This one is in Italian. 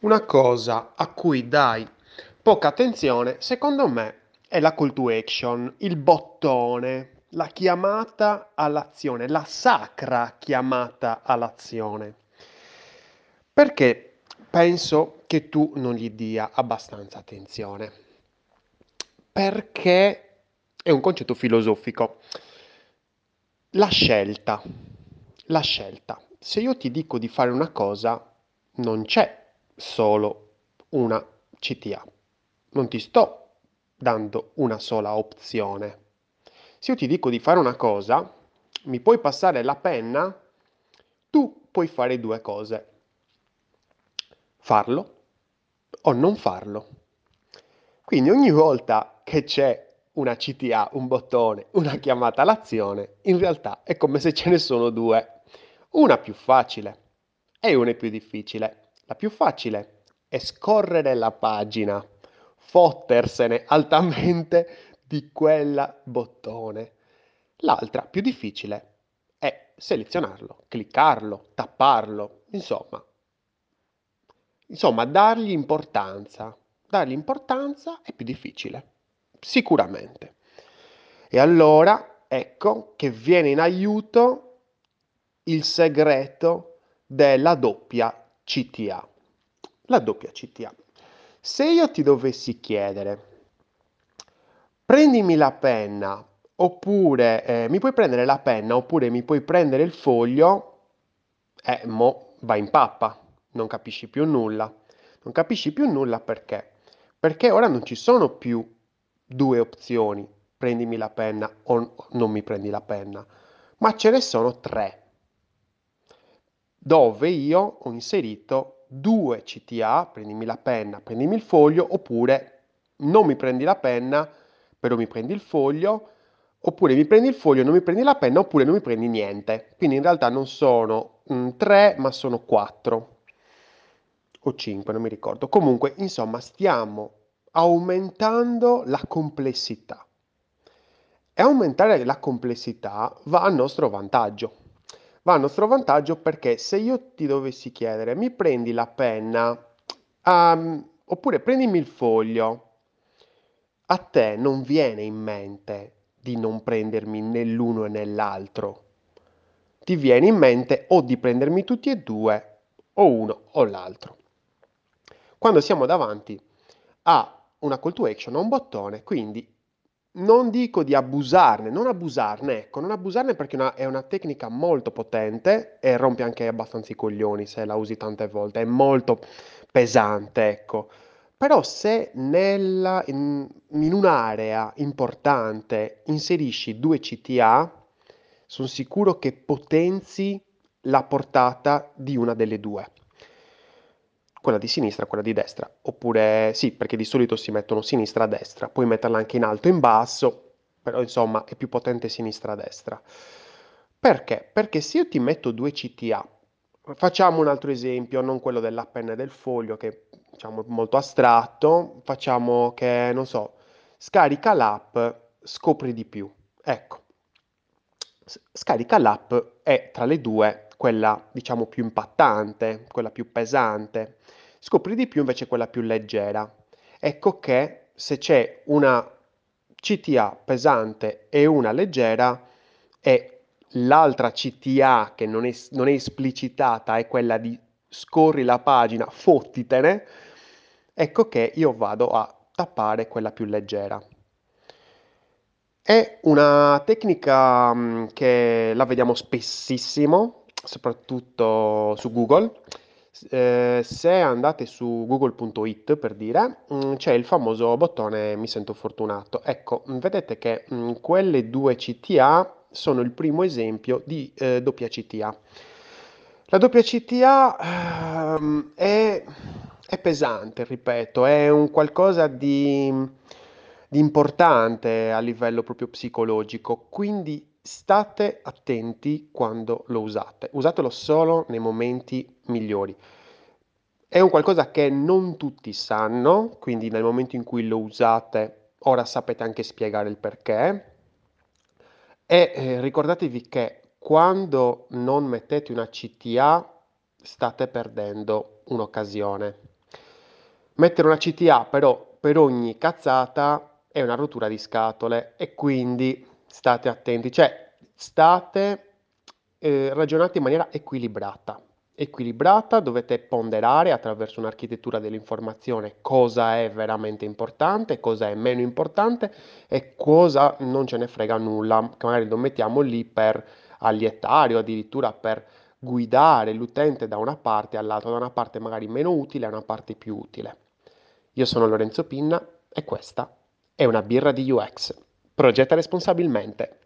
Una cosa a cui dai poca attenzione, secondo me, è la call to action, il bottone, la chiamata all'azione, la sacra chiamata all'azione. Perché penso che tu non gli dia abbastanza attenzione? Perché è un concetto filosofico. La scelta. La scelta. Se io ti dico di fare una cosa, non c'è solo una CTA. Non ti sto dando una sola opzione. Se io ti dico di fare una cosa, mi puoi passare la penna, tu puoi fare due cose. Farlo o non farlo. Quindi ogni volta che c'è una CTA, un bottone, una chiamata all'azione, in realtà è come se ce ne sono due. Una più facile e una più difficile. La più facile è scorrere la pagina, fottersene altamente di quella bottone. L'altra più difficile è selezionarlo, cliccarlo, tapparlo, insomma, dargli importanza. Dargli importanza è più difficile, sicuramente. E allora ecco che viene in aiuto il segreto della doppia CTA. La doppia CTA. Se io ti dovessi chiedere, prendimi la penna, oppure mi puoi prendere la penna, oppure mi puoi prendere il foglio, mo vai in pappa, non capisci più nulla. Non capisci più nulla perché? Perché ora non ci sono più due opzioni, prendimi la penna o non mi prendi la penna, ma ce ne sono tre, dove io ho inserito due CTA, prendimi la penna, prendimi il foglio, oppure non mi prendi la penna, però mi prendi il foglio, oppure mi prendi il foglio, non mi prendi la penna, oppure non mi prendi niente. Quindi in realtà non sono tre, ma sono quattro o cinque, non mi ricordo. Comunque, insomma, stiamo aumentando la complessità. E aumentare la complessità va a nostro vantaggio. Va a nostro vantaggio perché se io ti dovessi chiedere, mi prendi la penna, oppure prendimi il foglio, a te non viene in mente di non prendermi né l'uno né l'altro. Ti viene in mente o di prendermi tutti e due, o uno o l'altro. Quando siamo davanti a una call to action, a un bottone, quindi non dico di abusarne, non abusarne, ecco, non abusarne perché è una tecnica molto potente e rompe anche abbastanza i coglioni se la usi tante volte, è molto pesante, ecco. Però se in un'area importante inserisci due CTA, sono sicuro che potenzi la portata di una delle due, quella di sinistra, quella di destra, oppure sì, perché di solito si mettono sinistra-destra, puoi metterla anche in alto e in basso, però insomma è più potente sinistra-destra. Perché? Perché se io ti metto due CTA, facciamo un altro esempio, non quello della penna e del foglio, che diciamo è molto astratto, facciamo che, non so, scarica l'app, scopri di più. Ecco, scarica l'app è tra le due quella, diciamo, più impattante, quella più pesante. Scopri di più invece quella più leggera. Ecco che se c'è una CTA pesante e una leggera e l'altra CTA che non è esplicitata è quella di scorri la pagina, fottitene, ecco che io vado a tappare quella più leggera. È una tecnica che la vediamo spessissimo, soprattutto su Google. Se andate su google.it per dire, c'è il famoso bottone Mi sento fortunato. Ecco, vedete che quelle due CTA sono il primo esempio di doppia CTA. La doppia CTA è pesante, ripeto, è un qualcosa di importante a livello proprio psicologico, quindi state attenti quando lo usate. Usatelo solo nei momenti migliori. È un qualcosa che non tutti sanno, quindi nel momento in cui lo usate, ora sapete anche spiegare il perché. E ricordatevi che quando non mettete una CTA state perdendo un'occasione. Mettere una CTA però per ogni cazzata è una rottura di scatole e quindi state attenti, cioè state ragionate in maniera equilibrata. Equilibrata, dovete ponderare attraverso un'architettura dell'informazione cosa è veramente importante, cosa è meno importante e cosa non ce ne frega nulla, che magari lo mettiamo lì per allietare o addirittura per guidare l'utente da una parte all'altra, da una parte magari meno utile a una parte più utile. Io sono Lorenzo Pinna e questa è una birra di UX. Progetta responsabilmente.